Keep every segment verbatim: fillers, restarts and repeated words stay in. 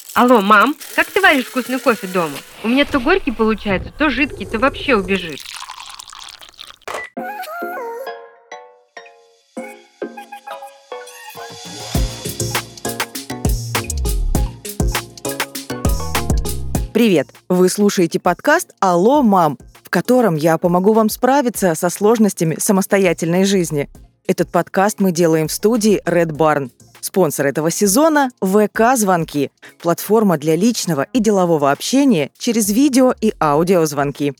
Алло, мам, как ты варишь вкусный кофе дома? У меня то горький получается, то жидкий, то вообще убежит. Привет! Вы слушаете подкаст «Алло, мам», в котором я помогу вам справиться со сложностями самостоятельной жизни. Этот подкаст мы делаем в студии Red Barn. Спонсор этого сезона – вэ ка-звонки – платформа для личного и делового общения через видео и аудиозвонки.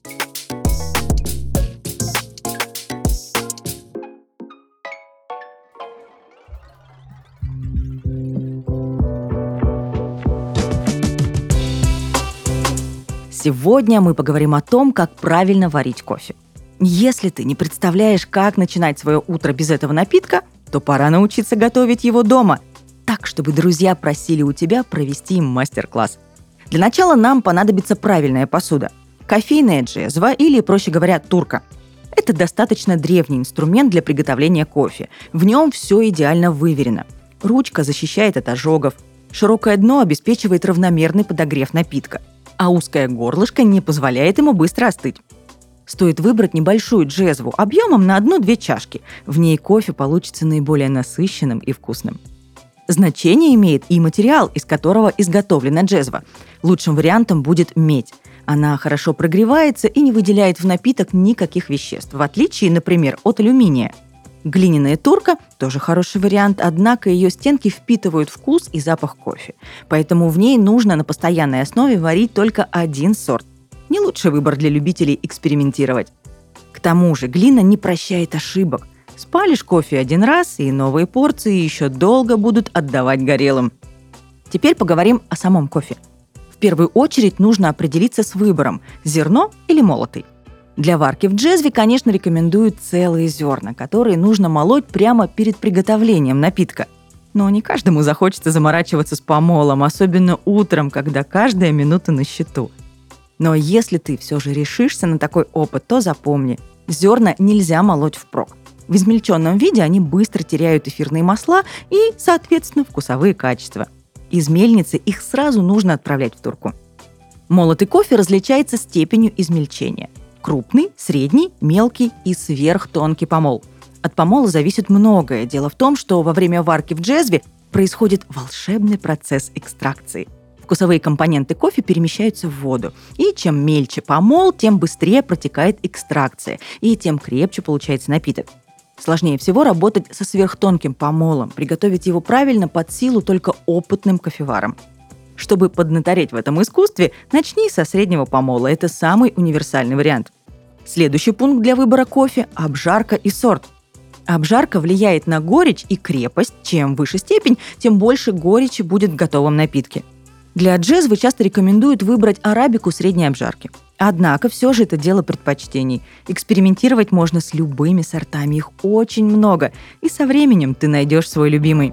Сегодня мы поговорим о том, как правильно варить кофе. Если ты не представляешь, как начинать свое утро без этого напитка, то пора научиться готовить его дома, так, чтобы друзья просили у тебя провести им мастер-класс. Для начала нам понадобится правильная посуда. Кофейная джезва или, проще говоря, турка. Это достаточно древний инструмент для приготовления кофе. В нем все идеально выверено. Ручка защищает от ожогов. Широкое дно обеспечивает равномерный подогрев напитка. А узкое горлышко не позволяет ему быстро остыть. Стоит выбрать небольшую джезву объемом на одну-две чашки. В ней кофе получится наиболее насыщенным и вкусным. Значение имеет и материал, из которого изготовлена джезва. Лучшим вариантом будет медь. Она хорошо прогревается и не выделяет в напиток никаких веществ, в отличие, например, от алюминия. Глиняная турка – тоже хороший вариант, однако ее стенки впитывают вкус и запах кофе. Поэтому в ней нужно на постоянной основе варить только один сорт. Не лучший выбор для любителей экспериментировать. К тому же глина не прощает ошибок. Спалишь кофе один раз, и новые порции еще долго будут отдавать горелым. Теперь поговорим о самом кофе. В первую очередь нужно определиться с выбором – зерно или молотый. Для варки в джезве, конечно, рекомендуют целые зерна, которые нужно молоть прямо перед приготовлением напитка. Но не каждому захочется заморачиваться с помолом, особенно утром, когда каждая минута на счету. Но если ты все же решишься на такой опыт, то запомни – зерна нельзя молоть впрок. В измельченном виде они быстро теряют эфирные масла и, соответственно, вкусовые качества. Из мельницы их сразу нужно отправлять в турку. Молотый кофе различается степенью измельчения. Крупный, средний, мелкий и сверхтонкий помол. От помола зависит многое. Дело в том, что во время варки в джезве происходит волшебный процесс экстракции. Вкусовые компоненты кофе перемещаются в воду. И чем мельче помол, тем быстрее протекает экстракция, и тем крепче получается напиток. Сложнее всего работать со сверхтонким помолом. Приготовить его правильно под силу только опытным кофеварам. Чтобы поднатореть в этом искусстве, начни со среднего помола. Это самый универсальный вариант. Следующий пункт для выбора кофе – обжарка и сорт. Обжарка влияет на горечь и крепость. Чем выше степень, тем больше горечи будет в готовом напитке. Для джезвы часто рекомендуют выбрать арабику средней обжарки. Однако все же это дело предпочтений. Экспериментировать можно с любыми сортами, их очень много, и со временем ты найдешь свой любимый.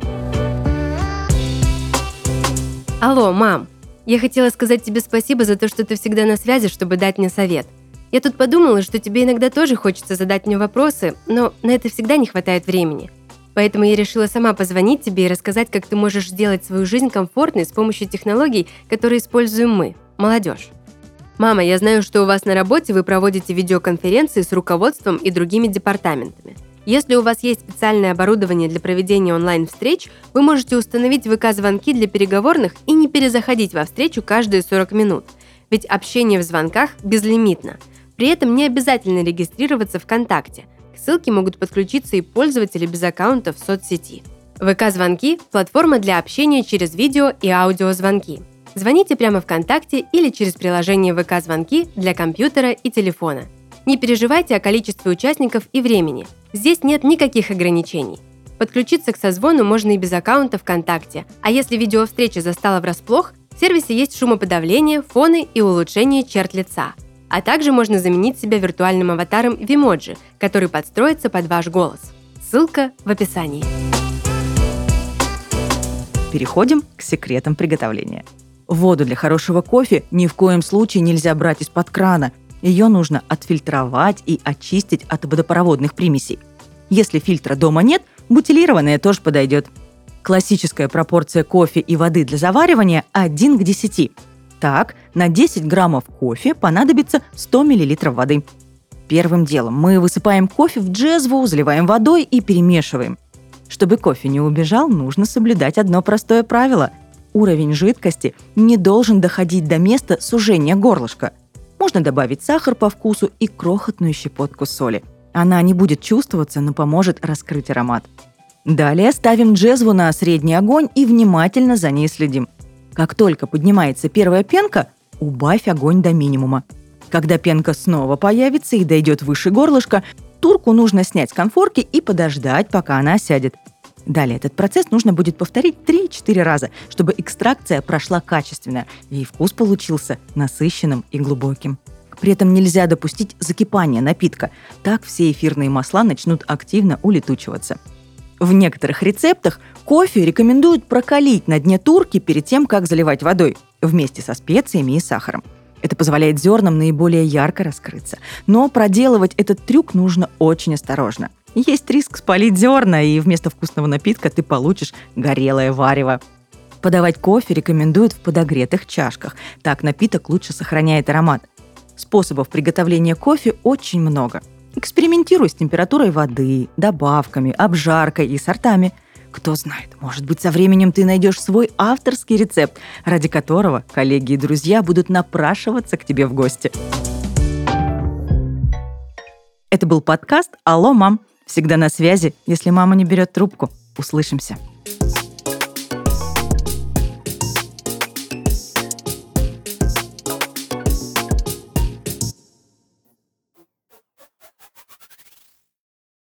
Алло, мам, я хотела сказать тебе спасибо за то, что ты всегда на связи, чтобы дать мне совет. Я тут подумала, что тебе иногда тоже хочется задать мне вопросы, но на это всегда не хватает времени. Поэтому я решила сама позвонить тебе и рассказать, как ты можешь сделать свою жизнь комфортной с помощью технологий, которые используем мы, молодежь. Мама, я знаю, что у вас на работе вы проводите видеоконференции с руководством и другими департаментами. Если у вас есть специальное оборудование для проведения онлайн-встреч, вы можете установить вэ ка-звонки для переговорных и не перезаходить во встречу каждые сорок минут. Ведь общение в звонках безлимитно. При этом не обязательно регистрироваться ВКонтакте. К ссылке могут подключиться и пользователи без аккаунта в соцсети. вэ ка-звонки – платформа для общения через видео и аудиозвонки. Звоните прямо ВКонтакте или через приложение вэ ка-звонки для компьютера и телефона. Не переживайте о количестве участников и времени. Здесь нет никаких ограничений. Подключиться к созвону можно и без аккаунта ВКонтакте. А если видеовстреча застала врасплох, в сервисе есть шумоподавление, фоны и улучшение черт лица. А также можно заменить себя виртуальным аватаром Vimoji, который подстроится под ваш голос. Ссылка в описании. Переходим к секретам приготовления. Воду для хорошего кофе ни в коем случае нельзя брать из-под крана. Ее нужно отфильтровать и очистить от водопроводных примесей. Если фильтра дома нет, бутилированная тоже подойдет. Классическая пропорция кофе и воды для заваривания один к десяти. Так, на десять граммов кофе понадобится сто миллилитров воды. Первым делом мы высыпаем кофе в джезву, заливаем водой и перемешиваем. Чтобы кофе не убежал, нужно соблюдать одно простое правило. Уровень жидкости не должен доходить до места сужения горлышка. Можно добавить сахар по вкусу и крохотную щепотку соли. Она не будет чувствоваться, но поможет раскрыть аромат. Далее ставим джезву на средний огонь и внимательно за ней следим. Как только поднимается первая пенка, убавь огонь до минимума. Когда пенка снова появится и дойдет выше горлышка, турку нужно снять с конфорки и подождать, пока она осядет. Далее этот процесс нужно будет повторить три-четыре раза, чтобы экстракция прошла качественно и вкус получился насыщенным и глубоким. При этом нельзя допустить закипания напитка, так все эфирные масла начнут активно улетучиваться. В некоторых рецептах кофе рекомендуют прокалить на дне турки перед тем, как заливать водой, вместе со специями и сахаром. Это позволяет зернам наиболее ярко раскрыться. Но проделывать этот трюк нужно очень осторожно. Есть риск спалить зерна, и вместо вкусного напитка ты получишь горелое варево. Подавать кофе рекомендуют в подогретых чашках. Так напиток лучше сохраняет аромат. Способов приготовления кофе очень много. Экспериментируй с температурой воды, добавками, обжаркой и сортами. Кто знает, может быть, со временем ты найдешь свой авторский рецепт, ради которого коллеги и друзья будут напрашиваться к тебе в гости. Это был подкаст «Алло, мам». Всегда на связи, если мама не берет трубку. Услышимся.